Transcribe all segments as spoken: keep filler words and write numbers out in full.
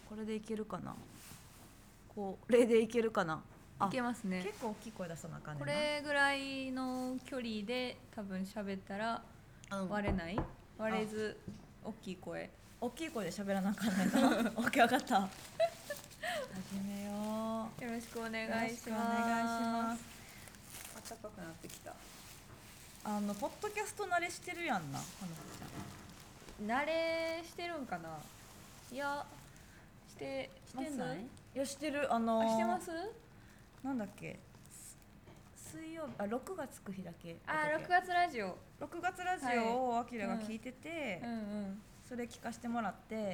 これでいけるかな、これでいけるかな。 いけますね。 結構大きい声出さなあかんねんな。 これぐらいの距離で多分喋ったら割れない、うん、割れず大きい声大きい声で喋らなあかんねんな。オッケー、分かった。始めよう。 よろしくお願いします。 よろしくお願いします。 暖かくなってきた。 あのポッドキャスト慣れしてるやんな、花子ちゃん。慣れしてるんかな。いやしてしてない。 いやしてる。あのー、 あしてます。 なんだっけ、水曜日、あろくがつく日だけ。 あろくがつラジオ。 ろくがつラジオをあきらが聞いてて、 うんうんうん、 それ聞かせてもらって、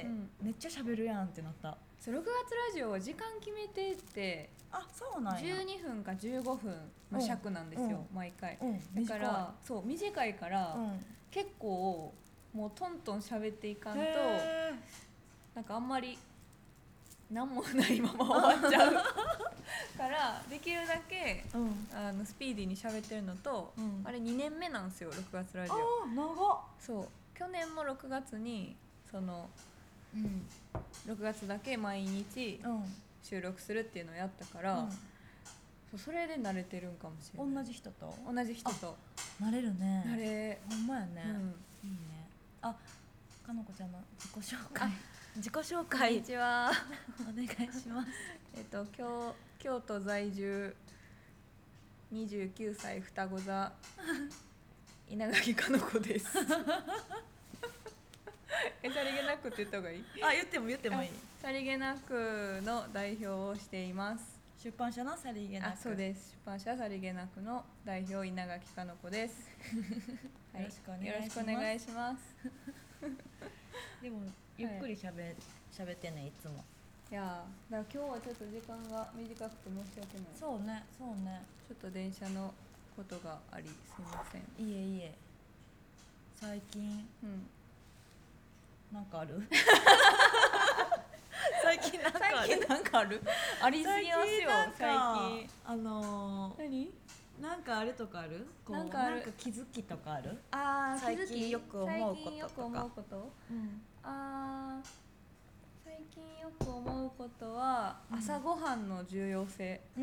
うん、めっちゃ喋るやんってなった。 そうろくがつラジオは時間決めてて、 あ、そうなんや。 じゅうにふんかじゅうごふんの尺なんですよ、うん、毎回、うん、だからそう短いから、うん、結構もうトントン喋っていかんとなんかあんまり何もないまま終わっちゃうからできるだけ、うん、あのスピーディーに喋ってるのと、うん、あれにねんめなんですよろくがつラジオ。 あー長っ。 そう去年もろくがつにその、うん、ろくがつだけ毎日収録するっていうのをやったから、うん、そうそれで慣れてるんかもしれない。 同じ人と同じ人と慣れるね。 慣れほんまやね、 うん、 いいね。あ、かのこちゃんの自己紹介自己紹介こんにちはお願いします。 えっと京京都在住にじゅうきゅうさい双子座稲垣かの子ですえ、さりげなくって言った方がいい？ あ、言っても言ってもいい。 さりげなくの代表をしています。 出版社のさりげなく。 あ、そうです。出版社さりげなくの代表稲垣かの子です、 はい、よろしくお願いします。 よろしくお願いしますでもゆっくりしゃべ、しゃべってね、いつも。 いやだから今日はちょっと時間が短くて申し訳ない。 そうね、そうね。 ちょっと電車のことがありすいません。 いえいえ。最近、うん、なんかある最近なんかある最近なんかあるありすぎますよ最近。 あのー、 何なんかあるとかある？こうなんかある。なんか気づきとかある？ あー、 最近よく思うこととか。 最近よく思うこと、うん、あー最近よく思うことは朝ごはんの重要性、うん、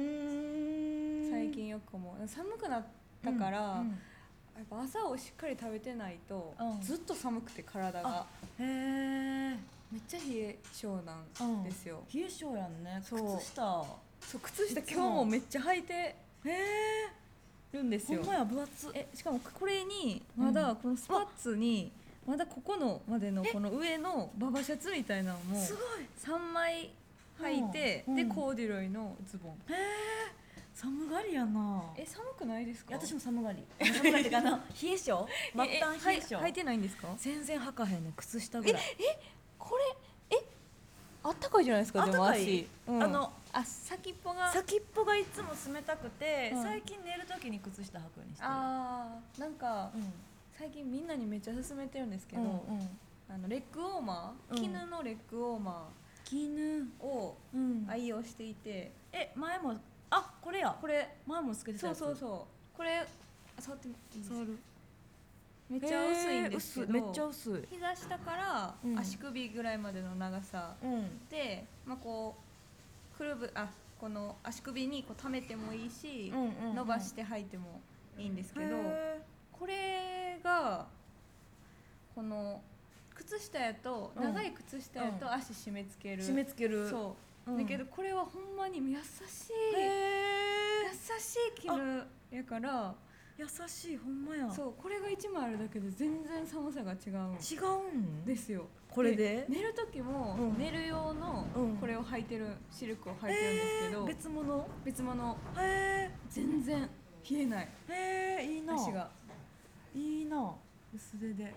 最近よく思う。寒くなったから、うんうん、やっぱ朝をしっかり食べてないと、うん、ずっと寒くて体がへーめっちゃ冷え性なんですよ、 うん、冷え性やんね。 そう靴下そう靴下今日もめっちゃ履いてるんですよ。 ほんまや、分厚えしかもこれにまだこのスパッツに、うん、まだここのまでのこの上のババシャツみたいなのもさんまい履いて、うん、でコーデュロイのズボン。 へー寒がりやな。 え寒くないですか？ 私も寒がり。寒がりってかな冷え性末端冷え性。 履いてないんですか？ 全然履かへんね。靴下ぐらい。 ええこれえあったかいじゃないですか？でも足、 うん、あのあ先っぽが先っぽがいつも冷たくて、うん、最近寝るときに靴下履くようにしてる。あーなんか、うん、最近みんなにめっちゃ勧めてるんですけど、うんうん、あのレッグウォーマー、うん、絹のレッグウォーマー絹を愛用していて、 うん、え前もあこれやこれ前もつけてたやつ。 そうそうそうこれ触ってみていいですか？触る。めっちゃ薄いんですけど、 めっちゃ薄い。 膝下から足首ぐらいまでの長さ、うん、で、まあ、こうくるぶあこの足首にこう溜めてもいいし、うんうんうん、伸ばして履いてもいいんですけど、これがこの靴下やと、うん、長い靴下やと足締め付ける、 締め付けるそう、うん、だけどこれはほんまに優しい優しい絹やから優しい。ほんまや。 そうこれがいちまいあるだけで全然寒さが違う違うんですよ。 これで寝る時も、うん、寝る用のこれを履いてる、シルクを履いてるんですけど、 別物別物へ全然冷えない。 へえいいな。 足がいいな。薄手で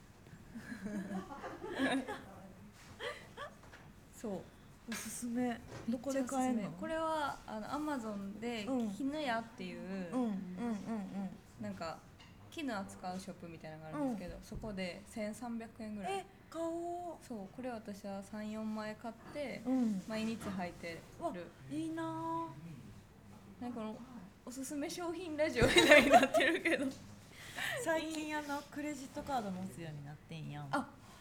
そうおすすめ。どこで買えるの？ これはあのアマゾンで絹屋っていう、うんうんうんうん、なんか絹扱うショップみたいなのがあるんですけど、うん、そこでせんさんびゃくえんぐらい。 え買おう。 そうこれ私は さん,よん 枚買って、うん、毎日履いてる。 いいな。 なんかこのおすすめ商品ラジオみたいになってるけど最近あのクレジットカード持つようになってんやん。 あ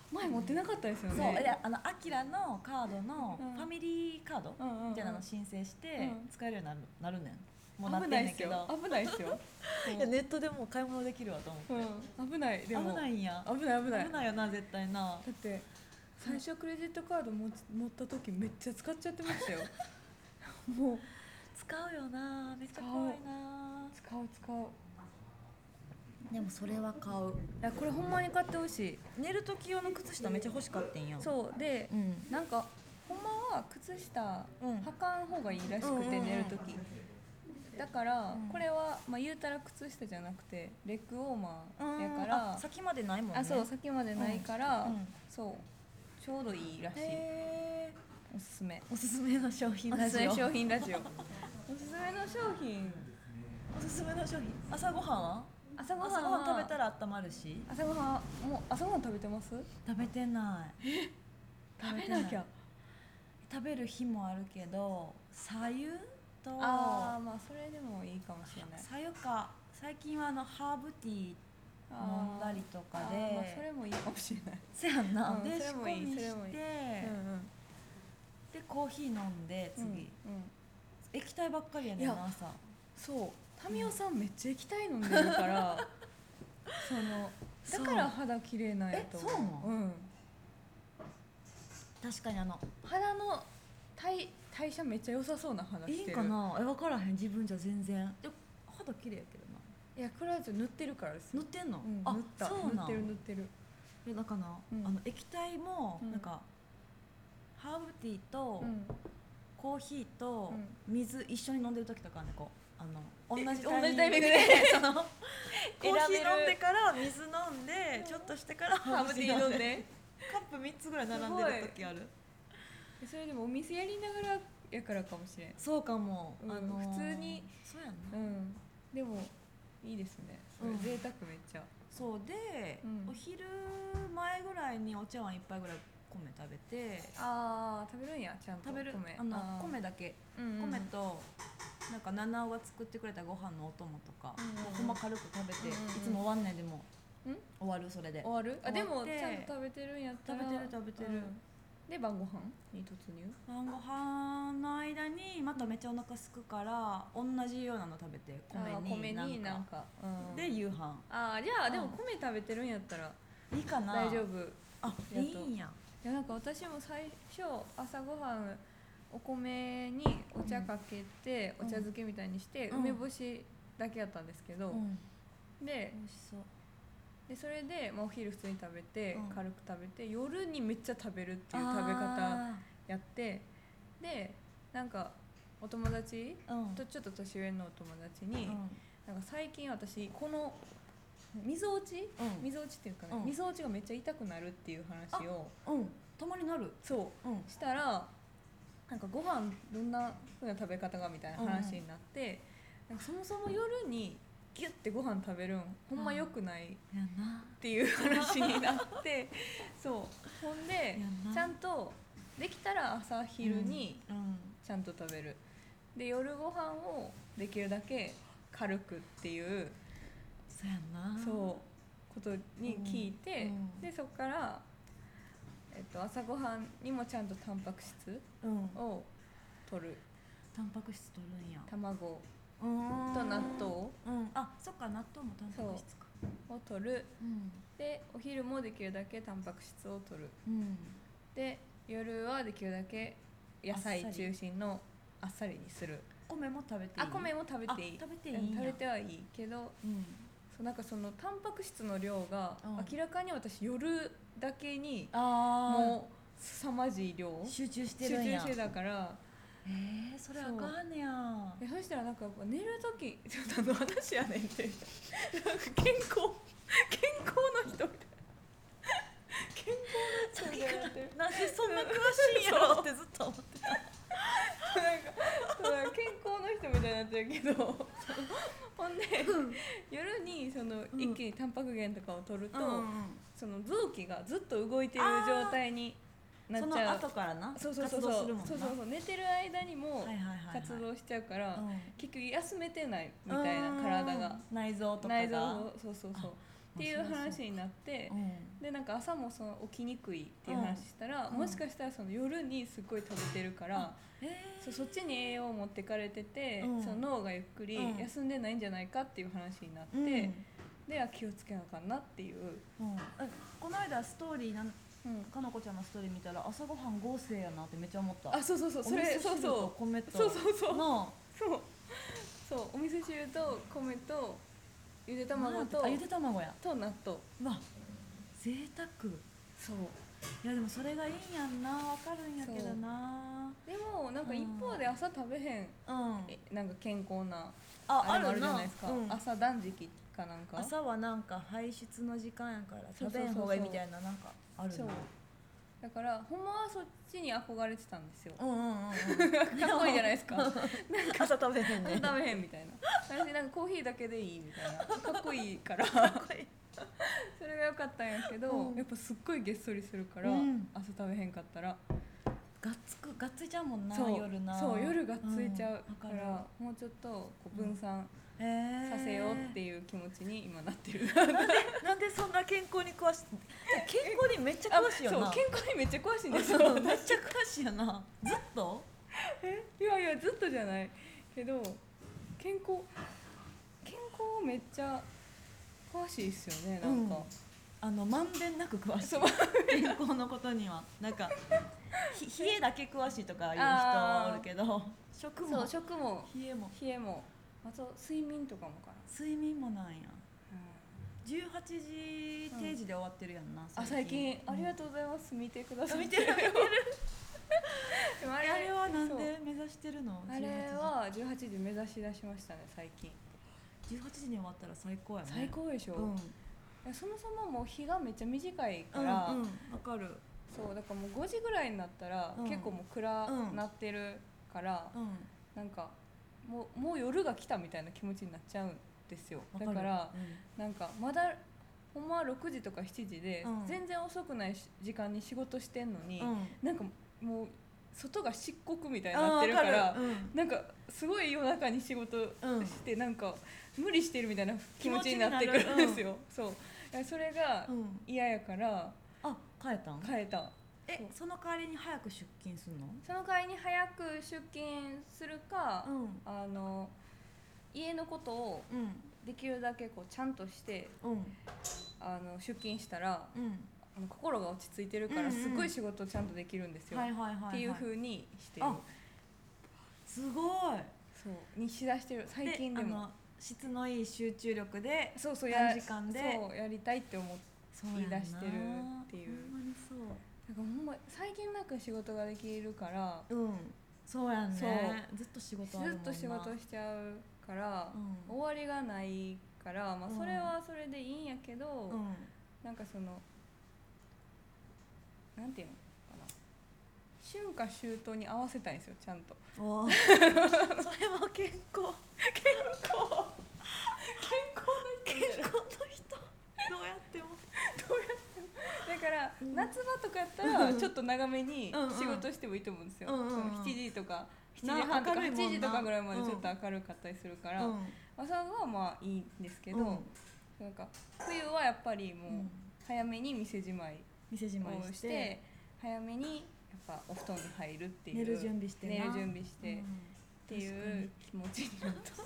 前持ってなかったですよね。 そう、いや、あのアキラのカードのうんファミリーカードうんうんうんみたいなの申請してうん使えるようになるなるねん。もうなって危ないですんねんけど、 よ。危ないですよ。 いやネットでもう買い物できるわと思って。 うん、危ない。でも危ないんや。 危ない危ない。 危ないよな絶対な。 だって最初クレジットカード持つ持った時めっちゃ使っちゃってましたよ。もう使うよな、めっちゃ怖いな。 使う使う。 でもそれは買う。 いやこれほんまに買ってほしい。 寝る時用の靴下めっちゃ欲しかったんやん。 そうで、 うん。 なんかほんまは靴下うん履かん方がいいらしくて、 うんうんうん寝る時。だから、 うんこれはまあ言うたら靴下じゃなくてレッグウォーマーやかあら、 先までないもんね。 あそう先までないから、 うんうんそうちょうどいいらしい。 へおすすめ。 ーおすすめの商品おラジオ。 すすめ商品ラジオ。おすすめの商品。 おすすめの商品。朝ごはんは？ 朝ごはんは朝ごはん食べたら温まるし。 朝ごはんもう朝ごはん食べてます？ 食べてない。 食べなきゃ。 食べる日もあるけど、白湯とああまあそれでもいいかもしれない。 白湯か。最近はあのハーブティー飲んだりとかで、 あーまあそれもいいかもしれない。 せやんな、 うんで仕それもいい込みして、 それもいいうんうんでコーヒー飲んで次、 うんうん。 液体ばっかりやねんいやな朝。 そうタミオさんめっちゃ液体飲んでるからそのだから肌綺麗なんやと思う。 えそうなのうん。 確かにあの肌の代代謝めっちゃ良さそうな肌してる。 いいんかな、え分からへん自分じゃ全然。で肌綺麗やけどな。 いやこれは塗ってるからですよ。 塗ってんの？ うん、 あ塗ったそうなん。 塗ってる塗ってる。 えだからな、 うんあの液体もうんなんか、ハーブティーと、 うんコーヒーとうん水一緒に飲んでる時とかね、こうあの同じ同タイミングじタイミングででそのコーヒー選べる飲んでから水飲んでちょっとしてからハーブティー飲んで。 カップみっつぐらい並んでる時ある。 それでもお店やりながらやからかもしれん。 そうかも、 うんあのー普通にそうやんな、 うん。でもいいですね。それうん贅沢めっちゃ。 そうで、 うんお昼前ぐらいにお茶碗一杯ぐらい米食べてああ食べるんやちゃんと食べる米。 あのー米だけ、 うんうん米となんか七尾が作ってくれたご飯のお供とか、 うんうんうんほんま軽く食べて、 うんうんうんいつも終わんねんでもん終わるそれで終わる？あでも終わってちゃんと食べてるんやったら食べてる食べてる、 うんで晩ご飯に突入。 晩ご飯の間にまためっちゃお腹すくから同じようなの食べてあー米になんか米になんか。うんで夕飯ああじゃあでもうん米食べてるんやったらいいかな、 大丈夫。 あやっといいんや。 いやなんか私も最初朝ごはんお米にお茶かけて、 うんお茶漬けみたいにして、 うん梅干しだけやったんですけど、 うんで美味しそう。 でそれで、まあ、お昼普通に食べて、 うん軽く食べて夜にめっちゃ食べるっていう食べ方あやってでなんかお友達ーうんとちょっと年上のお友達に、 うんなんか最近私このみぞおちうんみぞおちっていうかねうんみぞおちがめっちゃ痛くなるっていう話をうんたまになる。 そううんしたらなんかご飯どんな風な食べ方がみたいな話になって、なんかそもそも夜にギュッてご飯食べるんほんま良くないやな。 っていう話になってそうほんでやなちゃんとできたら朝昼にうんちゃんと食べるで夜ご飯をできるだけ軽くっていうそうやな。 そうことに聞いて、 うんうんでそこから、えっと、朝ごはんにもちゃんとタンパク質うん。 を取るタンパク質取るんや。 卵うんと納豆うん。あ、そっか納豆もタンパク質か。 を取るうんでお昼もできるだけタンパク質を取るうん。 で夜はできるだけ野菜あっさり中心のあっさりにする米も食べていい。 あ米も食べていいあ食べていいんやうん食べてはいいけどうん。 そうなんかそのタンパク質の量がうん明らかに私夜だけにあもう凄まじい量う集中して集るんや。 中してたからええ、それあかんねや。 えそしたらなんか寝る時ちょっとあの話やねんってなんか健康健康の人みたいな健康の人みたいになってるなんでそんな詳しいんやろってずっと思ってた。 なんかそうなんか健康の人みたいになってるけどほんで夜にそのうん一気にタンパク源とかを取ると、 うんうんその臓器がずっと動いてる状態になっそのちゃう後からなそうそうそうそう活動するもんな。 そうそうそう寝てる間にもはいはいはいはい活動しちゃうから、 うん結局休めてないみたいな体がうん内臓とかが内臓をそうそうそうっていう話になって、 うん、 でなんか朝もその起きにくいっていう話したら、 うん、 もしかしたらその夜にすごい食べてるから、えー、そ, そっちに栄養を持ってかれてて、うん、その脳がゆっくり休んでないんじゃないかっていう話になって、うん、であ気をつけなあかんなっていう、 うん、この間ストーリーなんうん、かなこちゃんのストーリー見たら朝ごはん合成やなってめっちゃ思った。 あ、そうそうそう、それそうそう米とそうそうそうなそうそうお味噌汁と米とゆで卵とあゆで卵やと納豆。 うわ贅沢。 そういやでもそれがいいんやんな、わかるんやけどな。 でもなんか一方で朝食べへん、うん、なんか健康なああれもあるじゃないですか、 うん、 朝断食かなんか朝はなんか排出の時間やから食べん方がいいみたいななんかあるな。そうだからほんまはそっちに憧れてたんですよ。 うんうんうん、うん、かっこいいじゃないですか。なんか朝食べへんね。 朝食べへんみたいな。私なんかコーヒーだけでいいみたいな。かっこいいから。それが良かったんやけど、うん、やっぱすっごいげっそりするから、うん、朝食べへんかったらがっつくがっついちゃうもんな。 そう夜な。 そう夜がっついちゃうから、うん、もうちょっとこう分散。うんさせようっていう気持ちに今なってる。 なんでなんでそんな健康に詳しい？健康にめっちゃ詳しいよな。 そう健康にめっちゃ詳しいんですよ。 めっちゃ詳しいよな。ずっと？ えいやいやずっとじゃないけど健康健康めっちゃ詳しいですよねなんか、うん、 あのまんべんなく詳しい。健康のことにはなんか冷えだけ詳しいとかいう人おるけど、食もそう食も冷えも冷えも。あと睡眠とかもかな。 睡眠もなんや、うん、じゅうはちじ定時で終わってるやんな、うん、 あ最近、うん、ありがとうございます。見てください。 見てる見てるでもあれあれはなんで目指してるの？ あれはじゅうはちじ目指し出しましたね最近。 じゅうはちじに終わったら最高やね。 最高でしょ、うん、そもそももう日がめっちゃ短いから、 うんうん、わかる。 そうだからもうごじぐらいになったら、うん、結構もう暗なってるから、うん、なんかもう、もう夜が来たみたいな気持ちになっちゃうんですよ。だから、うん、なんかまだほんまはろくじとかしちじで、うん、全然遅くない時間に仕事してんのに、うん、なんかもう外が漆黒みたいになってるから、うん、なんかすごい夜中に仕事して、うん、なんか無理してるみたいな気持ちになってくるんですよ、うん、そうそれが嫌やから、 あ変えたん？ 変えた。 えその代わりに早く出勤するの？ その代わりに早く出勤するか、うん、あの家のことをできるだけこうちゃんとして、うん、あの出勤したら、うん、あの心が落ち着いてるからすごい仕事ちゃんとできるんですよ、っていう風にしてる。 すごいそうにしだしてる最近でも。であの質のいい集中力でそうそう短時間でそうやりたいって思い出してるっていう。 ほんまにそう。 なんかほんま最近なんか仕事ができるから、 うん、そうやんね。ずっと仕事あるもんな。 ずっと仕事しちゃうから、うん、終わりがないから、まあそれはそれでいいんやけど、うん、なんかそのなんていうのかな、春夏秋冬に合わせたいんですよちゃんと。 おそれも健康健康健康の人健康の人どうやってもどうやってもだから、うん、夏場とかやったらちょっと長めに仕事してもいいと思うんですよ、うんうん、そのしちじとかしちじはんとかはちじとかぐらいまでちょっと明るかったりするから、うん、朝はまあいいんですけど、うん、なんか冬はやっぱりもう早めに店じまい店じまいして、 早めにやっぱお布団に入るっていう寝る準備してな寝る準備して、うん、っていう気持ちになった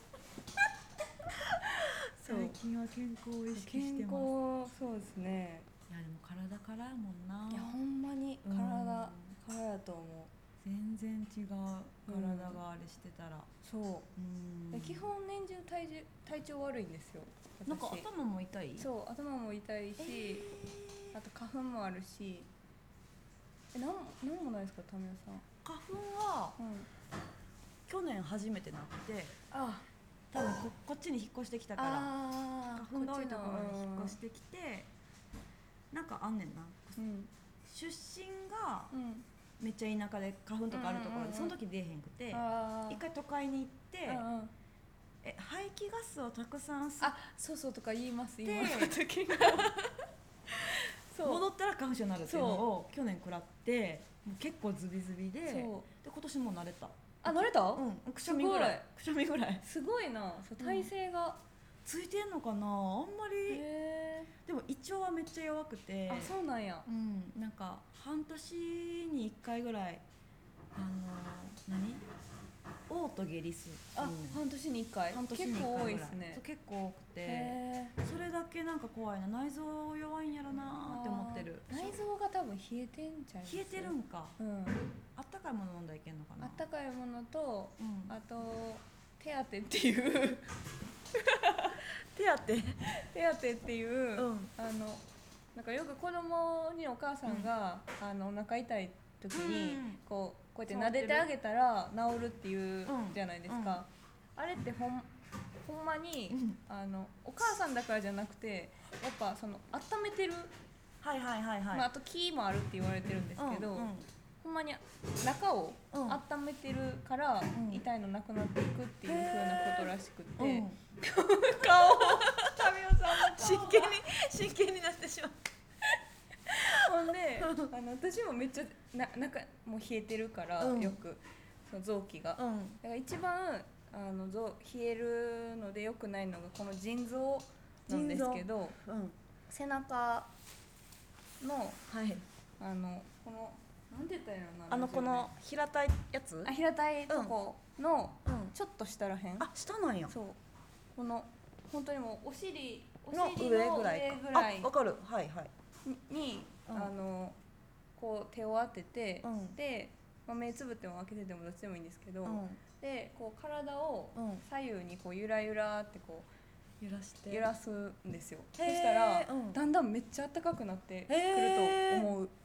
最近は健康を意識してます。 健康そうですね。 いやでも体からやもんな。 いやほんまに体からやと思う。 全然違う体があれしてたら、うん、 そう、うん、基本年中体重体調悪いんですよ私。 なんか頭も痛い？ そう頭も痛いし、えー、あと花粉もあるし。えなんなんもないですかタミヤさん？ 花粉は、うん、去年初めてなって、あ多分 こ, こっちに引っ越してきたから花粉が多いところに引っ越してきて、なんかあんねんな、うん、出身が、うんめっちゃ田舎で花粉とかあるところで、うんうんうん、その時出えへんくて一回都会に行って、うんうん、え排気ガスをたくさん吸ってあそうそうとか言います言いますそう戻ったら花粉症になるっていうのを去年食らってもう結構ズビズビでで今年も慣れた。 あ慣れた？ うんくしゃみぐらいくしゃみぐらいすごいなそう体勢が、うん、 ついてんのかなあんまりでも胃腸はめっちゃ弱くて、 あ、そうなんや。 うん、なんか半年にいっかいぐらいあの何嘔吐下痢する。 あ、半年にいっかい。 半年にいっかい結構多いぐらですね。 結構多くて、それだけなんか怖いな。内臓弱いんやろなって思ってる。 内臓が多分冷えてんちゃいます？ 冷えてるんか。 うん。 あったかいもの飲んだらいけんのかな。 あったかいものと、 うん、 あと手当っていう手当手当っていう、 うん、 あのなんかよく子供にお母さんが、うん、あのお腹痛い時に、うん、こうこうやって撫でてあげたら治るっていうじゃないですか、うん、あれってほんほんまに、うん、あのお母さんだからじゃなくてやっぱその温めてる、 はいはいはいはい、 まあ、あと気もあるって言われてるんですけど、うんうん、ほんまに中を温めてるから、うん、痛いのなくなっていくっていう風なことらしくて、うん、顔タミオさんの真剣に真剣になってしまうほんであの私もめっちゃななんかもう冷えてるから、うん、よくその臓器が、うん、だから一番あの冷えるのでよくないのがこの腎臓なんですけど、うん、背中の、はい、あのこのなんて言ったらいいのな、 あのこの平たいやつ、 あ、平たいとこの、うん、ちょっと下らへん、 あ、下なんや、 そうこの本当にもうお尻お尻の上ぐらいか、あ、わかる、はいはいに、うん、あのこう手を当てて、うん、で、まあ、目つぶっても開けててもどっちでもいいんですけど、うん、でこう体を左右にこうゆらゆらってこう揺らして揺らすんですよ。そしたら、うん、だんだんめっちゃ暖かくなってくると思う。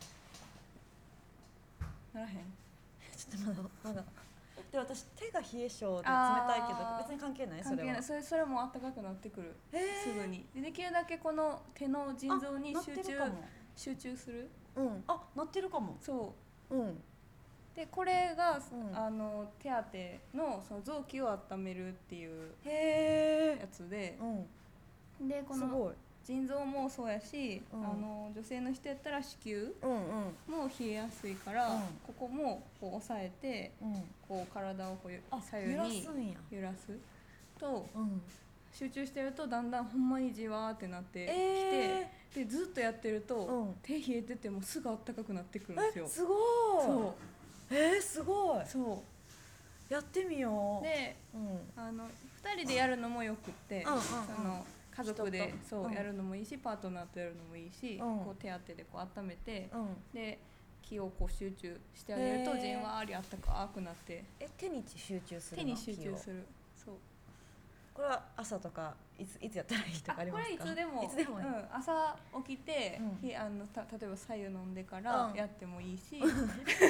ならへん？ ちょっとまだまだ。で私手が冷え性で冷たいけど別に関係ない？ 関係ない。それそれも暖かくなってくる。すぐに。でできるだけこの手の腎臓に集中集中する。 うん。あ、なってるかも。 そう。うん。でこれが、うん、あの手当てのその臓器を温めるっていうやつで、うん、でこの腎臓もそうやし、うん、あの女性の人やったら子宮も冷えやすいから、うん、ここもこう押さえて、うん、こう体をこう左右に揺らすと、うん、集中してるとだんだんほんまにじわーってなってきて、えー、でずっとやってると、うん、手冷えててもすぐあったかくなってくるんですよ。 え、すごい。そうえー、すごい。そうやってみよう。 で、うん、あのふたりでやるのもよくって、うんうんうん、その家族でそう、うん、やるのもいいしパートナーとやるのもいいし、うん、こう手当てでこう温めて、うん、で気をこう集中してあげるとじんわりあったかくなって。 え、手に集中するの？ 手に集中する。そう。 これは朝とかいついつやったらいいとかありますか？ これいつでも。いつでもいい。うん、朝起きて、うん、あのた例えば白湯飲んでからやってもいいし。うん、し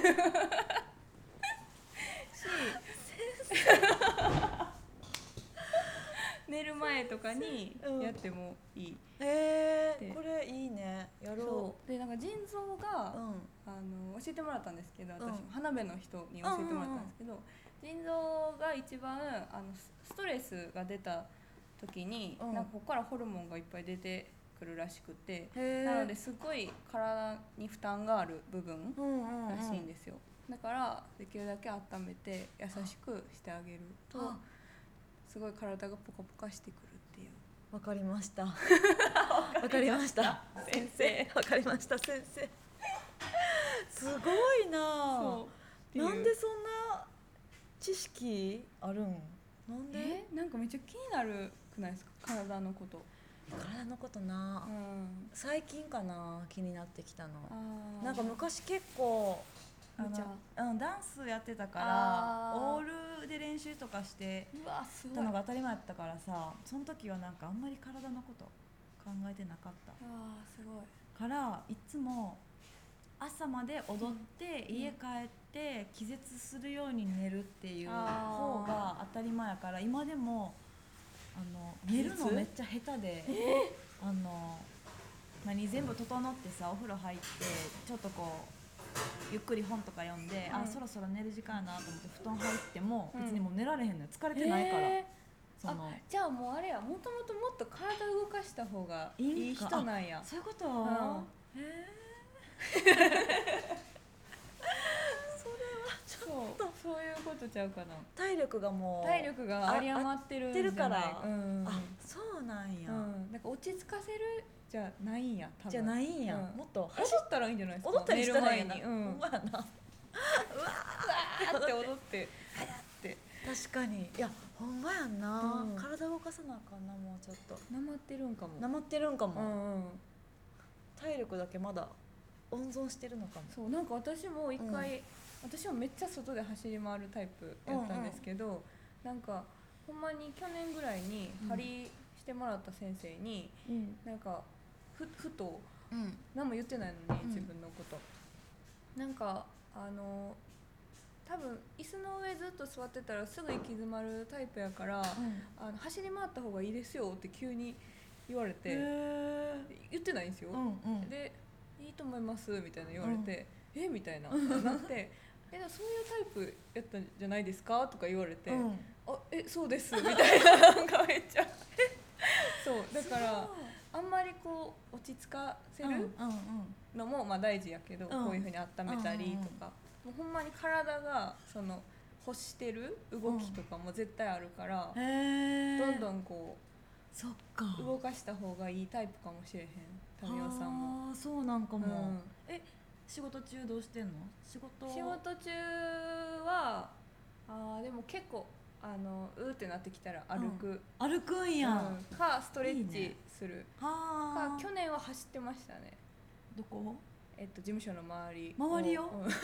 寝る前とかにやってもいい。 うん、えー、これいいね。やろう。でなんか腎臓が、うん、あの教えてもらったんですけど、私も花火の人に教えてもらったんですけど、腎臓が一番あのストレスが出た時に、うん、なんかここからホルモンがいっぱい出てくるらしくて、なのですごい体に負担がある部分らしいんですよ。だからできるだけ温めて優しくしてあげるとすごい体がポカポカしてくるっていう。 わかりました。わかりました。先生。わかりました先生。すごいな。そうなんでそんな知識あるん？なんで？ え、なんかめっちゃ気になるくないですか？体のこと。 体のことな、うん、最近かな気になってきたの。なんか昔結構あの、うん、ダンスやってたからオールで練習とかしてたのが当たり前だったからさ、その時はなんかあんまり体のこと考えてなかった。 あー、すごい。 からいつも朝まで踊って家帰って気絶するように寝るっていう方が当たり前やから、今でもあの寝るのめっちゃ下手で、えー、あの何全部整ってさお風呂入ってちょっとこうゆっくり本とか読んで、うん、あそろそろ寝る時間やなと思って布団入っても、うん、別にもう寝られへんのよ、疲れてないから、えー、そのあじゃあもうあれや、もともともっと体動かした方がいい人なんや。 そういうこと、うん、へえそれはちょっとそういうことちゃうかな。 体力がもう体力が有り余ってるんじゃない？ あ、うん、あ、そうなんや、 うん、なんか落ち着かせるじゃないんや多分じゃないんや、 うん、 もっと走ったらいいんじゃないですか。 踊ったりしたらいいやな、 寝る前に、うん、 ほんまやなうわーって踊ってはやって確かにいやほんまやんな、 うん、 体動かさなあかんな、もうちょっとなまってるんかもなまってるんかも、 うんうん、 体力だけまだ温存してるのかも。 そうなんか私も一回、うん、私もめっちゃ外で走り回るタイプやったんですけど、うんうん、なんかほんまに去年ぐらいに針してもらった先生に、うん、なんか ふ, ふと、うん、何も言ってないのに、うん、自分のこと、なんかあの多分椅子の上ずっと座ってたらすぐ行き詰まるタイプやから、うん、あの走り回った方がいいですよって急に言われて、言ってないんですよ、うんうん、でいいと思いますみたいな言われて、うん、えみたいななってえでもそういうタイプやったんじゃないですかとか言われて、うん、あえそうですみたいななんかめっちゃそうだからあんまりこう落ち着かせるのもまあ大事やけど、うん、こういう風に温めたりとか、もうほんまに体がその欲してる動きとかも絶対あるから、うん、どんどんこうそっか動かした方がいいタイプかもしれへん。民生さんも。 あそうなんかも、うん、え仕事中どうしてんの？仕事仕事中はあでも結構あのうーってなってきたら歩く、うん、 歩くんや、 うん、かストレッチする、いいね、 はか去年は走ってましたね。 どこ？ えっと事務所の周り周りよ、うん、事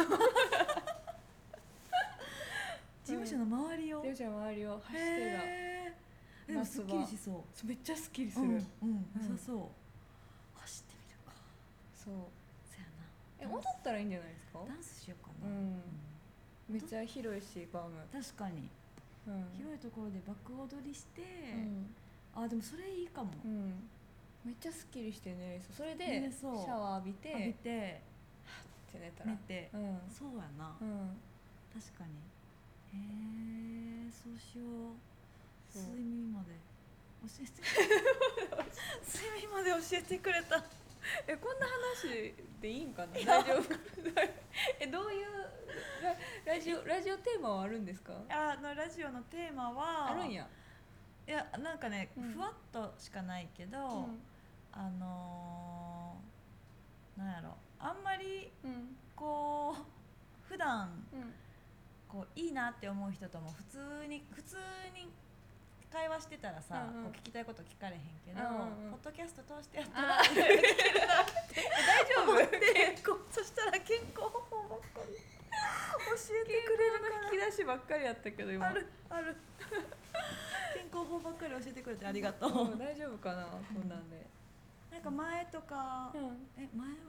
務所の周りを事務所の周りを走ってた。でもすっきりしそう。 めっちゃすっきりする、 うんうん、良さそう、走ってみるか。 そうそうやな。 え踊ったらいいんじゃないですか？ ダンスしようかな、 うんうん、めっちゃ広いしバーム確かに、うん、広いところでバック踊りして、うん、あでもそれいいかも、うん、 めっちゃすっきりしてね、それでシャワー浴びて浴びてはって寝たら寝て、うん、そうやな、うん、確かに。へえそうしよう。睡眠まで教えて睡眠まで教えてくれたえこんな話でいいんかな、大丈夫えどういうラジオラジオテーマはあるんですか？ あのラジオのテーマはあるんや。 いやなんかね、うん、ふわっとしかないけど、うん、あのー、なんやろあんまりこう、うん、普段、うん、こういいなって思う人とも普通に普通に会話してたらさ、うんうん、こう聞きたいこと聞かれへんけど、うんうん、ポッドキャスト通してやったらできるなって大丈夫ってそしたら健康法ばっかり教えてくれるから健康の引き出しばっかりやったけど今あるある健康法ばっかり教えてくれてありがとう、 うん、大丈夫かなこんなんで。 なんか前とか、うん、え前は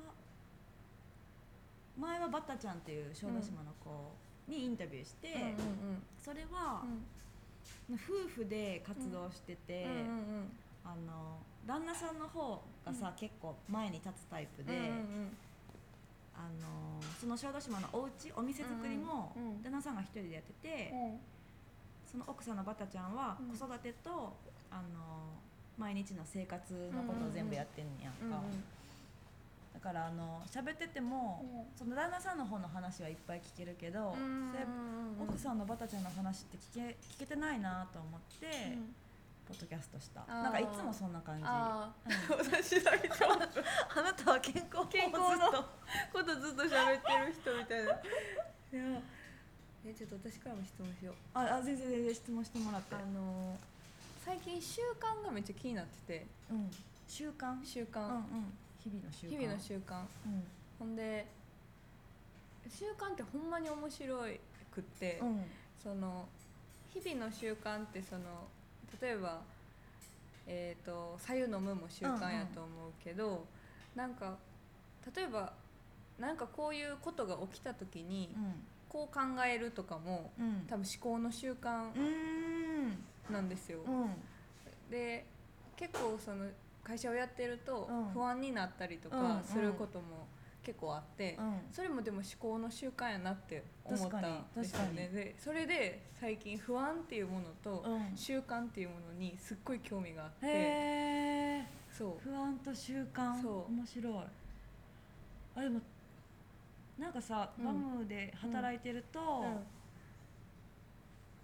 前はバタちゃんっていう小豆島の子にインタビューして、うんうんうん、それは、うん夫婦で活動してて、うんうんうん、あの旦那さんの方がさ、うん、結構前に立つタイプで、うんうんうん、あのその小豆島のお家お店作りも、うんうん、旦那さんが一人でやってて、うん、その奥さんのバタちゃんは子育てと、うん、あの毎日の生活のことを全部やってんやんか、うんうんうん、だからあの喋ってても、うん、その旦那さんの方の話はいっぱい聞けるけど、うん、奥さんのバタちゃんの話って聞け、聞けてないなと思って、うん、ポッドキャストした。なんかいつもそんな感じ。あ、 うん、私だけあなたは健康健康のことずっと喋ってる人みたいな。いやえちょっと私からも質問しよう。 ああ全然全然質問してもらって。 あの最近習慣がめっちゃ気になってて、 うん、習慣習慣、 うんうん、日々の習慣日々の習慣、うん、ほんで習慣ってほんまに面白くって、うん、その日々の習慣ってその例えばえーと白湯飲むも習慣やと思うけど、うんうん、なんか例えばなんかこういうことが起きた時に、うん、こう考えるとかも、うん、多分思考の習慣なんですよ、うん、で結構その会社をやってると不安になったりとかすることも結構あって、うんうん、それもでも思考の習慣やなって思ったんですよね。でそれで最近不安っていうものと習慣っていうものにすっごい興味があって、 へー、 そう不安と習慣、そう面白い。あでもなんかさ、うん、バムで働いてると、うんうん、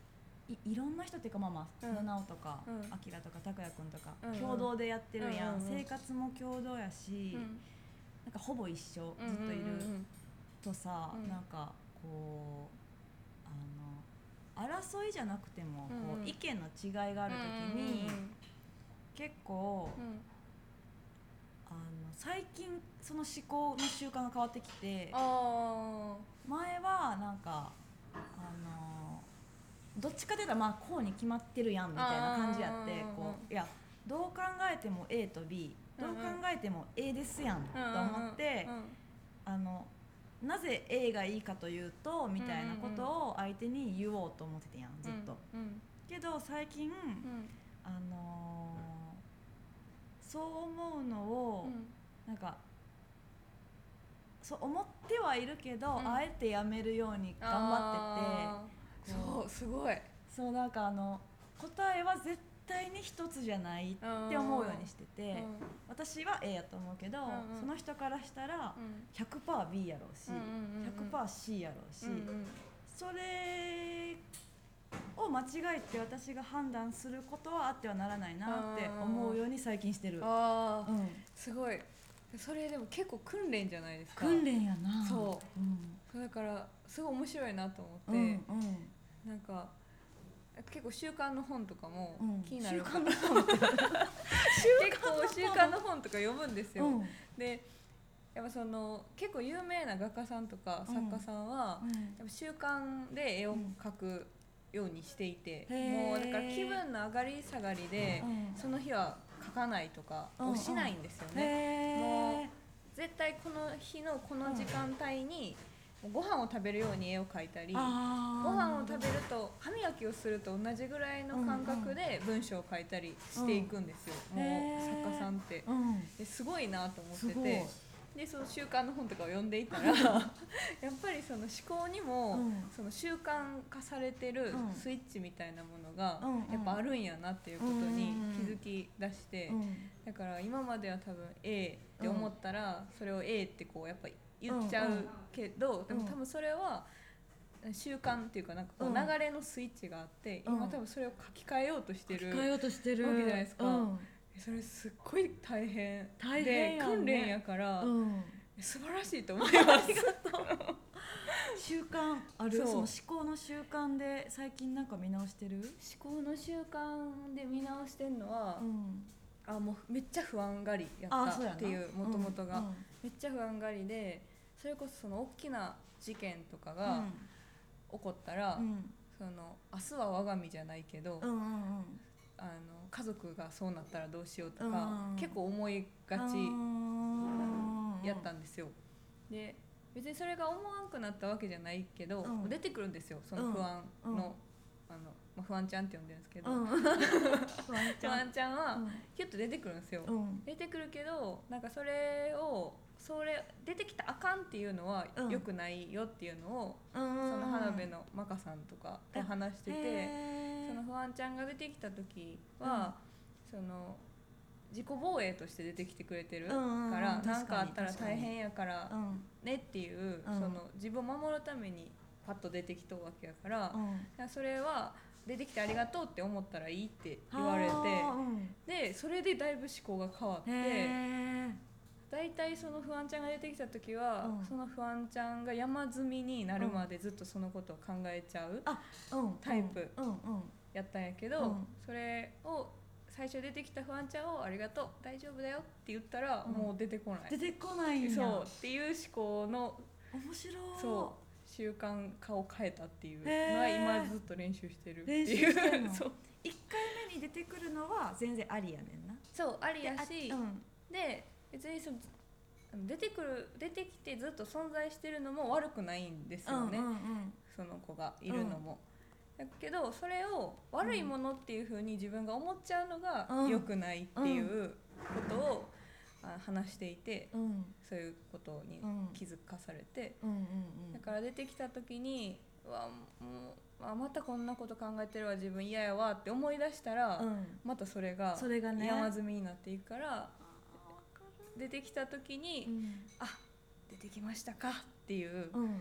い, いろんな人っていうかまあまあ、うん、七尾とかあきらとか拓也くんとか、うん、共同でやってるやん、うんうんうん、生活も共同やし、うん、なんかほぼ一緒ずっといるとさ、うんうんうん、なんかこうあの争いじゃなくても、うんうん、こう意見の違いがあるときに、うんうんうん、結構、うん、あの最近その思考の習慣が変わってきて、前はなんかあのどっちかというとまあこうに決まってるやんみたいな感じやって、こういやどう考えても A と B どう考えても A ですやんと思って、あのなぜ A がいいかというとみたいなことを相手に言おうと思っててやんずっと、けど最近、あのー、そう思うのをなんかそう思ってはいるけど、あえてやめるように頑張ってて、 そうすごいそうなんかあの答えは絶対に一つじゃないって思うようにしてて、うん、私は A やと思うけど、うんうん、その人からしたら ひゃくパーセントビー やろうし、うんうんうん、ひゃくパーセントシー やろうし、うんうん、それを間違えて私が判断することはあってはならないなって思うように最近してる。 あ、うん、すごい。それでも結構訓練じゃないですか。 訓練やな。 そう、うん、だからすごい面白いなと思って、うんうん、なんか結構習慣の本とかも気になるから、うん、習慣の本って結構習慣の本とか読むんですよ、うん、でやっぱその結構有名な画家さんとか作家さんは、うん、やっぱ習慣で絵を描くようにしていて、うん、もうだから気分の上がり下がりで、うん、その日は描かないとかをしないんですよね、うんうん、もう絶対この日のこの時間帯にご飯を食べるように絵を描いたり、ご飯を食べると歯磨きをすると同じぐらいの感覚で文章を書いたりしていくんですよ、うんうん、もう作家さんって、うん、ですごいなと思ってて、でその習慣の本とかを読んでいたらやっぱりその思考にも、うん、その習慣化されてるスイッチみたいなものがやっぱあるんやなっていうことに気づき出して、うんうん、だから今までは多分 A って思ったらそれを A ってこうやっぱり言っちゃうけど、でも多分それは習慣っていうかなんかこう流れのスイッチがあって、今多分それを書き換えようとしてるわけじゃないですか、うん、それすっごい大変大変やね、 で訓練やから、うん、素晴らしいと思います。 習慣ある？ そ, その思考の習慣で最近なんか見直してる？ 思考の習慣で見直してるのは、うん、あもうめっちゃ不安がりやったっていうもともとが、うんうん、めっちゃ不安がりで、それこそその大きな事件とかが起こったら、うん、その明日は我が身じゃないけど、うんうんうん、あの家族がそうなったらどうしようとか、うんうん、結構思いがちやったんですよ。で別にそれが思わんくなったわけじゃないけど、うん、出てくるんですよその不安の、うん、あのまあ、不安ちゃんって呼んでるんですけど、うん、不安ちゃんはヒュッと出てくるんですよ、うん、出てくるけどなんかそれをそれ出てきたらあかんっていうのは良くないよっていうのを、うん、その花火のマカさんとかと話してて、その不安ちゃんが出てきた時は、うん、その自己防衛として出てきてくれてるから何かあったら大変やからねっていう、うん、その自分を守るためにパッと出てきたわけやから、うん、それは出てきてありがとうって思ったらいいって言われて、うん、でそれでだいぶ思考が変わって、だいたいその不安ちゃんが出てきた時は、うん、その不安ちゃんが山積みになるまでずっとそのことを考えちゃうタイプやったんやけど、うん、それを最初出てきた不安ちゃんをありがとう大丈夫だよって言ったら、うん、もう出てこない出てこないんやそうっていう思考の面白いそう習慣化を変えたっていうのは今ずっと練習してるっていう練習してんのそういっかいめに出てくるのは全然ありやねんな。 そうありやし、うん、で別にその出てくる出てきてずっと存在してるのも悪くないんですよね、うんうんうん、その子がいるのも、うん、だけどそれを悪いものっていう風に自分が思っちゃうのが良くないっていうことを話していて、うん、そういうことに気づかされて、うんうんうん、だから出てきた時にうわもうあまたこんなこと考えてるわ自分嫌やわって思い出したら、うん、またそれが山積みになっていくから、出てきた時に、うん、あ出てきましたかっていう、うん、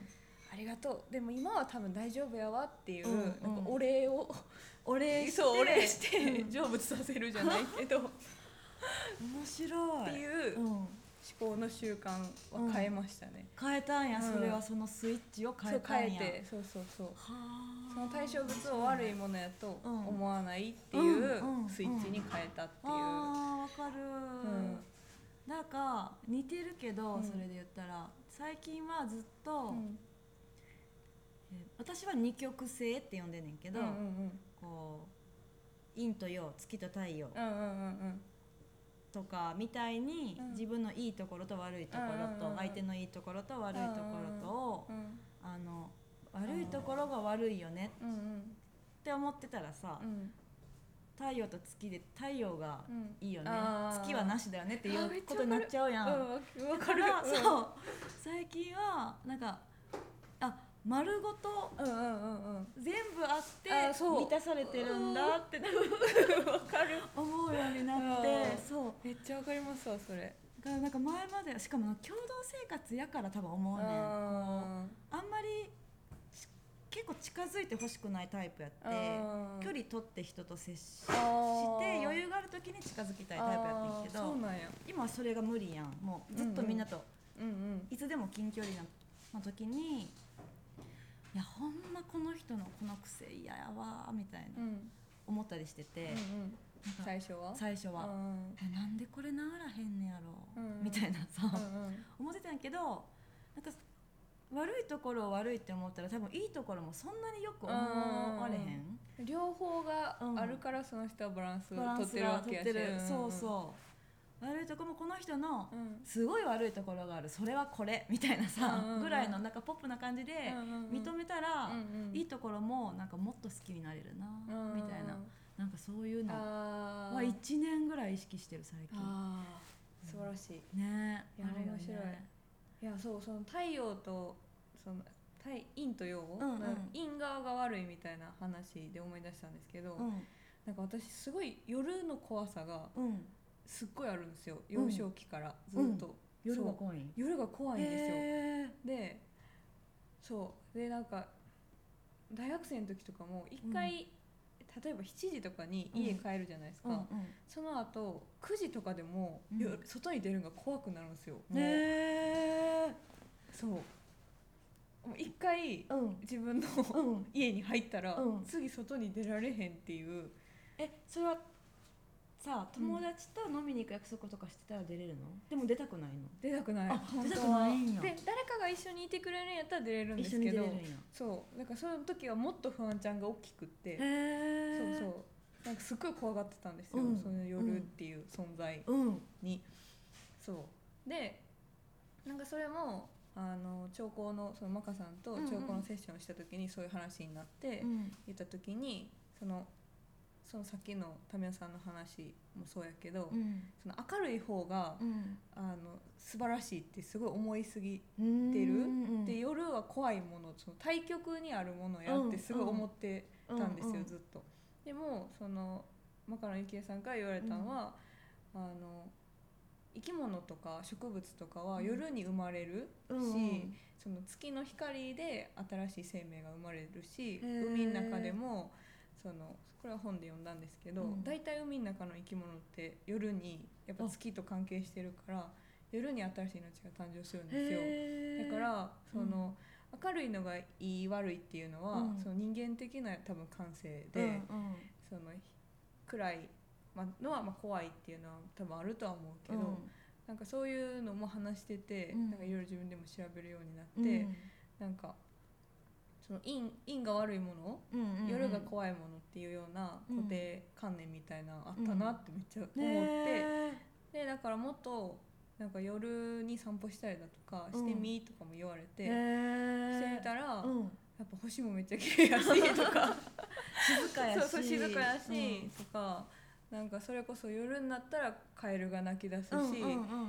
ありがとうでも今は多分大丈夫やわっていう、 うんうん、 なんかお礼をお礼してそうお礼して、うん、成仏させるじゃないけど面白いっていう、うん、思考の習慣は変えましたね、 うん、変えたんや、うん、それはそのスイッチを変えたんや。 そう変えてそうそうそうその対象物を悪いものやと思わないっていうスイッチに変えたっていう、うんうんうん、 あーわかる、うんなんか似てるけど、うん、それで言ったら最近はずっと、うんえー、私は二極性って呼んでんねんけど、うんうんうん、こう陰と陽月と太陽、うんうんうんうんとかみたいに、うん、自分のいいところと悪いところと、うん、相手のいいところと悪いところとを、うん、あの悪いところが悪いよねって思ってたらさ、うん、太陽と月で太陽がいいよね、うん、月はなしだよねっていうことになっちゃうやん。だから、うん、そう最近はなんかあ丸ごと全部あって満たされてるんだって分かる思うようになってそうめっちゃわかりますわそれ。 だからなんか前までしかも共同生活やから多分思うねん。こうあんまり結構近づいてほしくないタイプやって距離取って人と接して余裕がある時に近づきたいタイプやってんけどそうなんや今はそれが無理やん。もうずっとみんなといつでも近距離の時にいやほんまこの人のこの癖嫌やわみたいな思ったりしてて、うんうん、 最初は最初はなんでこれ治らへんねやろ、うんうん、みたいなさ、うんうん、思ってたんやけどなんか悪いところを悪いって思ったら多分いいところもそんなによく思われへん。 両方があるからその人はバランスを取ってるわけやし、うん、 そうそう悪いところもこの人のすごい悪いところがあるそれはこれみたいなさ、うん、ぐらいのなんかポップな感じで認めたら、うんうん、いいところもなんかもっと好きになれるな、うん、みたいななんかそういうのはいちねんぐらい意識してる最近。 あ素晴らしいねいや面白い。いやそうその太陽とその陰と陽、うんうん、陰側が悪いみたいな話で思い出したんですけど、うん、なんか私すごい夜の怖さがすっごいあるんですよ、うん、幼少期からずっと、 うん、夜が怖い夜が怖いんですよ。でそうでなんか大学生の時とかも一回、うん、例えばしちじとかに家帰るじゃないですか、うんうんうん、その後くじとかでも、うん、外に出るのが怖くなるんですよ。もうへーそう一回、うん、自分の、うん、家に入ったら、うん、次外に出られへんっていう。 えそれはさ友達と飲みに行く約束とかしてたら出れるの？でも出たくないの？ 出たくない。 あ出たくないんや。 で誰かが一緒にいてくれるんやったら出れるんですけど一緒に出れるんや。 そうだからその時はもっと不安ちゃんが大きくってへそうそうなんかすっごい怖がってたんですよ、うん、その夜っていう存在に、うん、そうでなんかそれもあの長考のそのマカさんと長考のセッションをした時にそういう話になって言った時にそのそのさっきのタミヤさんの話もそうやけど、うん、その明るい方が、うん、あの素晴らしいってすごい思いすぎてるで夜は怖いものその対極にあるものやってすごい思ってたんですよ、うんうん、ずっと。でもそのマカのゆきえさんから言われたのは、うん、あの生き物とか植物とかは夜に生まれるし、うん、その月の光で新しい生命が生まれるし、海の中でもそのこれは本で読んだんですけど、うん、大体海の中の生き物って夜にやっぱ月と関係してるから夜に新しい命が誕生するんですよ。だからその、うん、明るいのがいい悪いっていうのは、うん、その人間的な多分感性で、うんうん、その暗いのはまあ怖いっていうのは多分あるとは思うけど、うん、なんかそういうのも話してて、うん、なんかいろいろ自分でも調べるようになって、うん、なんかその陰、陰が悪いもの、うんうんうん、夜が怖いものっていうような固定観念みたいなのあったなってめっちゃ思って、うん、でだからもっとなんか夜に散歩したりだとかしてみとかも言われて、してみたら、うん、やっぱ星もめっちゃ綺麗やしとか静かやしそうそう静かやし、うん、とかなんかそれこそ夜になったらカエルが鳴き出すし、うんうんうん、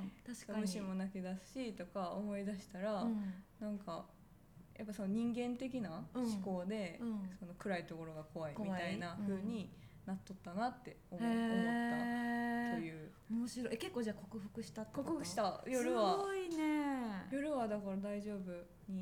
確かに虫も鳴き出すしとか思い出したら、うん、なんかやっぱその人間的な思考で、うんうん、その暗いところが怖いみたいな風になっとったなって思, 思ったという。 面白い。え結構じゃあ克服したってこと？ 克服した。夜はすごいね。 夜はだから大丈夫に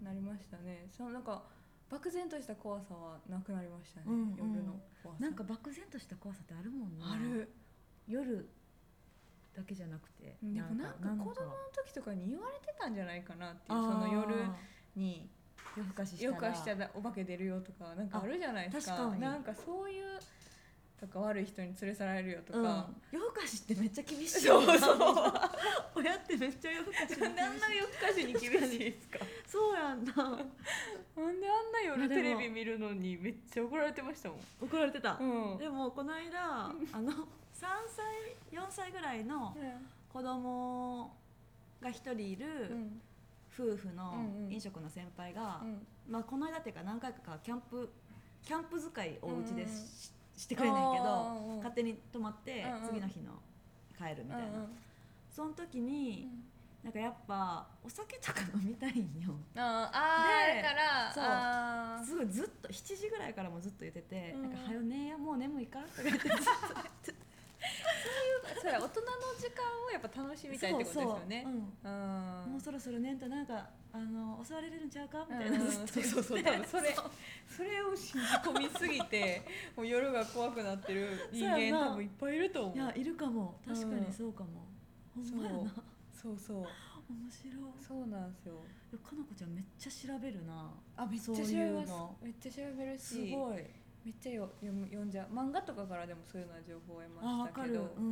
なりましたね。そのなんか漠然とした怖さはなくなりましたね、 うんうん、 夜の怖さ。 なんか漠然とした怖さってあるもんね。 ある。 夜だけじゃなくて、 でもなんか子供の時とかに言われてたんじゃないかなっていう、その夜に夜更かししたら夜更かししたらお化け出るよとかなんかあるじゃないですか。 確かになんかそういうとか悪い人に連れ去られるよとか、 うん、夜更かしってめっちゃ厳しい。 そうそう親ってめっちゃ夜更かしに厳しい。 なんな夜更かしに厳しいですか。 そうやんな。なんであんな夜テレビ見るのにめっちゃ怒られてましたもん。 怒られてた、 うん、 でもこの間あのさんさいよんさいぐらいの子供が一人いる夫婦の飲食の先輩が、うんうん、まあ、この間っていうか何回かキャンプキャンプ使いをお家で し,、うんうん、してくれないけど、勝手に泊まって次の日の帰るみたいな、うんうん、その時に、うん、なんかやっぱお酒とか飲みたいんよ。 ああ、だからそうすごいずっとしちじぐらいからもずっと言ってて、うん、なんかはよねやもう眠いからとか言ってずっと言ってそういうそれ大人の時間をやっぱ楽しみたいってことですよね。 そうそう、うん、もうそろそろねんとなんかあの襲われるんちゃうかみたいな、 うん、そうそうそう、多分それそれを信じ込みすぎてもう夜が怖くなってる人間多分いっぱいいると思う。 いやいるかも、確かにそうかも、うん、ほんまやな。 そうそう面白い。 そうなんですよ。 かなこちゃんめっちゃ調べるな。 あ、めっちゃ調べます。めっちゃ調べるし、 すごいめっちゃよ読む読んじゃう。漫画とかからでもそういうような情報を得ましたけど、 うんうん、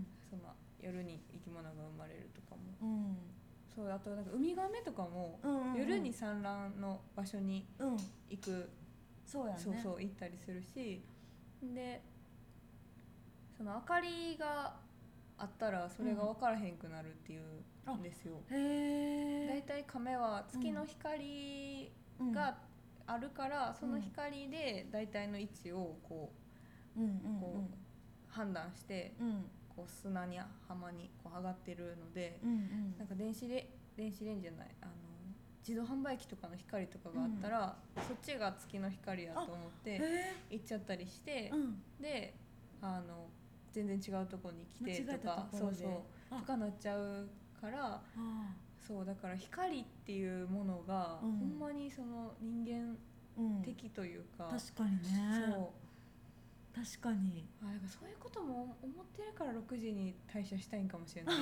その夜に生き物が生まれるとかも、 うん、 そう、あとなんかウミガメとかも、うんうんうん、夜に産卵の場所に行く、うん、 そうやね、 そうそう行ったりするし、でその明かりがあったらそれが分からへんくなるっていうんですよ。 うん、へー。 だいたい亀は月の光があるから、うん、その光でだいたいの位置をこう、うんうんうん、こう判断して、うん、こう砂に浜にこう上がってるので、うんうん、なんか電子レ電子レンジじゃないあの自動販売機とかの光とかがあったら、うん、そっちが月の光やと思って行っちゃったりして、うん、であの全然違うとこに来てとか、そうそうとかなっちゃうから、そうだから光っていうものが、うん、ほんまにその人間的というか、 うん、確かにね。そう確かに。 あ、だからそういうことも思ってるからろくじに退社したいんかもしれない。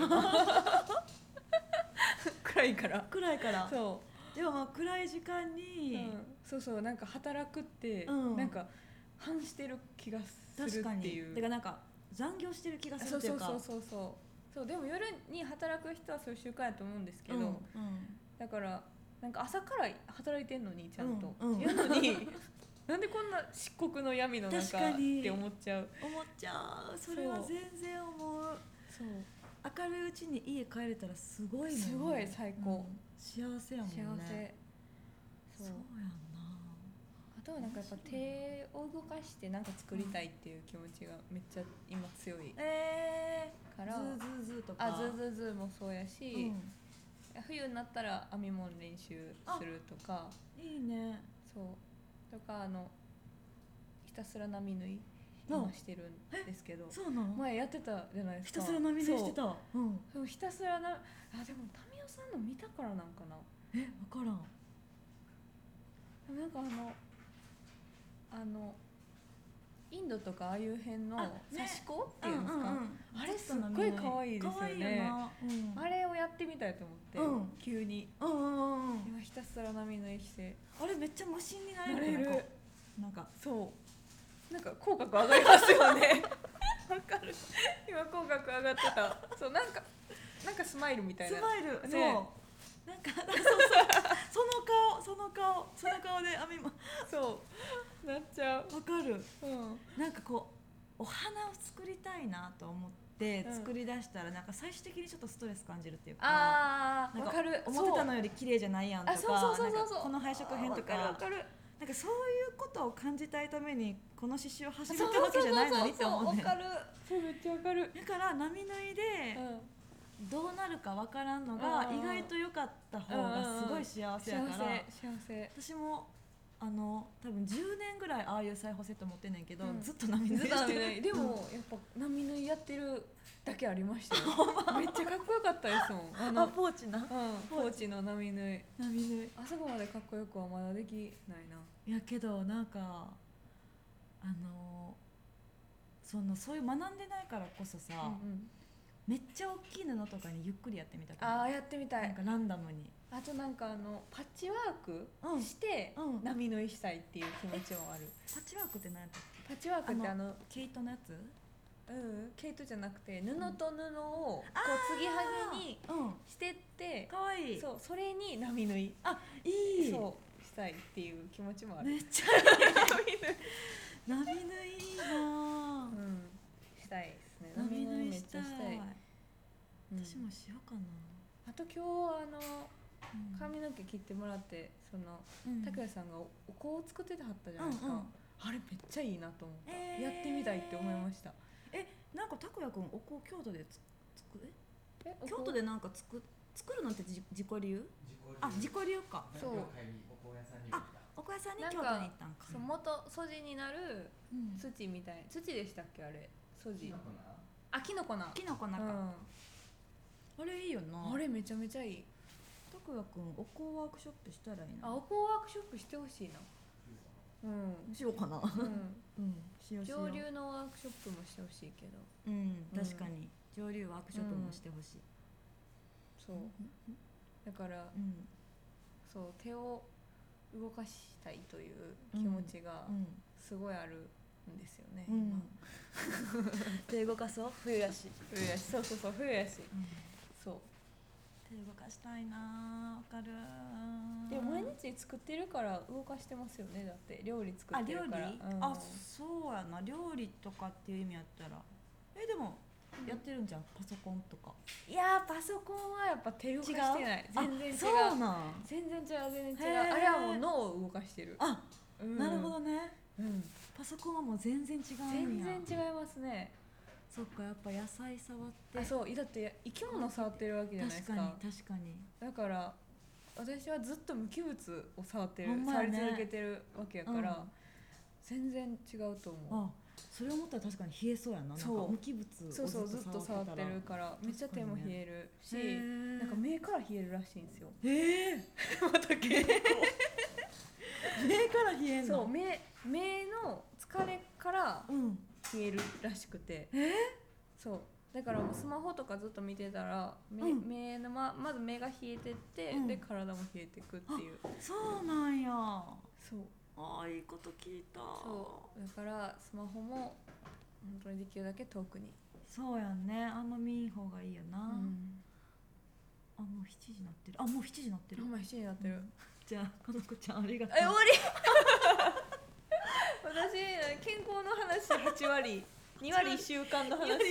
暗いから暗いからそう。 でもまあ暗い時間に、 うん、そうそう、なんか働くって、うん、なんか反してる気がするっていう。 確かに。だからなんか残業してる気がするっていうか。 そうそうそうそうそう。そうでも夜に働く人はそういう習慣やと思うんですけど、うんうん、だからなんか朝から働いてんのにちゃんと、うんうん、やのになんでこんな漆黒の闇の中って思っちゃう。 思っちゃう。それは全然思う。そう。明るいうちに家帰れたらすごいもんね。 すごい最高。 うん、幸せやもんね。 幸せ。 そう。そうやんな。 あとはなんかやっぱ手を動かしてなんか作りたいっていう気持ちがめっちゃ今強い。 えー、から。 ズーズーズーとか。 あ、ズーズーズーもそうやし、うん、冬になったら編み物練習するとか。 いいね。 そう。とかあのひたすら波縫い今してるんですけど、 そうなの？ 前やってたじゃないですか。 ひたすら波縫いしてた。 そう、うん、ひたすらなあ、でもタミオさんの見たからなんかな。 え、分からん。 なんかあのあのインドとかああいう辺の刺し子っていうんですか、ね、うんうんうん、あれすっごい可愛いですよね。うん、あれをやってみたいと思って、うん、急に、うんうんうん、今ひたすら波縫いしてあれめっちゃ無心になれる。 なれる。 なんかそうなんか口角上がりますよね。わかる。今口角上がってた。そうなんかなんかスマイルみたいな。 スマイル、ね、そうなんかそうそうその顔その顔その顔で編みまそうなっちゃう。 わかる、 うん、 なんかこうお花を作りたいなと思って作り出したら、なんか最終的にちょっとストレス感じるっていうか、 あー、わかる。 思ってたのより綺麗じゃないやんとか、この配色変とか、 わかる。 なんかそういうことを感じたいためにこの刺繍を走るってわけじゃないのにって思うね。 わかる。そうめっちゃわかる。 だから波縫いでどうなるかわからんのが意外と良かった方がすごい幸せやから、 幸せ。 私もあの多分じゅうねんぐらいああいう裁縫セット持ってんねんけど、 うんずっと波縫いしてる。 でもやっぱ波縫いやってるだけありましたよめっちゃかっこよかったですもん。あのあポーチな、 うん、ポーチの波縫い波縫いあそこまでかっこよくはまだできないな。 いやけどなんかあのそのそういう学んでないからこそさ、 うんうん、 めっちゃ大きい布とかにゆっくりやってみたくあない？ ーやってみたい。 なんかランダムに。 あとなんかあのパッチワークうんしてうん波縫いしたいっていう気持ちもある。 パッチワークって何やったっパッチワークってあのけ？毛糸のやつ？ うん毛糸じゃなくて布と布をこう継ぎはぎにうんしてってかわいい。 そうそれに波縫いあいい。 そうしたいっていう気持ちもある。 めっちゃいい波縫いいいなぁ、 うんしたいですね。 波縫いめっしたい。 ちゃしたい。うん私もしようかな。 あと今日あのうん髪の毛切ってもらってそのうん拓也さんがおお香を作っててはったじゃないですか、 うんうんあれめっちゃいいなと思った、 えーやってみたいって思いました。 えなんか拓也くんお香京都でつつくええお香京都でなんかつく作るのってじ自己流？あ自己流か。 そうお香屋さんに京都になんか行ったんか。 そう元素地になるうん土みたい土でしたっけあれ素地あキノコなきのこなんか、 うんあれいいよな。 あれめちゃめちゃいい。 拓也くんお香ワークショップしたらいいな。 あお香ワークショップしてほしいな。うんしようかな。 うんうんしようしよう。 上流のワークショップもしてほしいけどうん確かに上流ワークショップもしてほしい。 そうだからうんそう手を動かしたいという気持ちがうんすごいあるんですよね、 うん今手動かそう冬やし。 冬やしそうそうそう冬やしうんそう手動かしたいなわかる。 でも毎日作ってるから動かしてますよね。だって料理作あ料理ってるから、うんあそうやな料理とかっていう意味やったらえでもやってるんじゃんパソコンとか。 いやーパソコンはやっぱ手動かしてない全然違う。 あそうなん全然違う全然違う。 へーあれはもう脳を動かしてる。 あうんなるほどね。 うんパソコンはもう全然違うんや。 全然違いますね。 そっかやっぱ野菜触ってあそうだって生き物触ってるわけじゃないですか。 確かに確かに。 だから私はずっと無機物を触ってる、 ほんまやね触り続けてるわけやから、 うん全然違うと思う。 あそれ思ったら確かに冷えそうやな。 そうなんか無機物をそうそうずっと触ってるかからめっちゃ手も冷えるし、 へーなんか目から冷えるらしいんですよ。 ええまた結構目から冷えんの。 そう目目の疲れからうん冷えるらしくて、 えそうだからもうスマホとかずっと見てたら目、 うん目のままず目が冷えてって、 うんで体も冷えてくっていう。 そうなんや。 そうああいいこと聞いた。 そうだからスマホも本当にできるだけ遠くに、 そうやんね。あんま見ん方がいいよな。 うん、 あもうしちじなってる。あもうしちじなってる。 ほんま必死になってる、 うんじゃあかのこちゃんありがとう。 え終わり私健康の話はちわりにわり習慣の話もう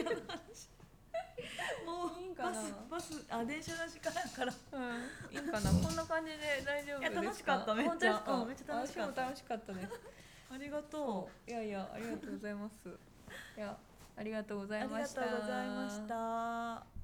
いいんかなバスバスあ電車の時間やから。 うんいいかなこんな感じで大丈夫ですか。 いや楽しかっためっちゃ本当ですか、 うんめっちゃ楽しかった私も楽しかったですありがとう。 いやいやありがとうございますいやありがとうござありがいました。 とうございました。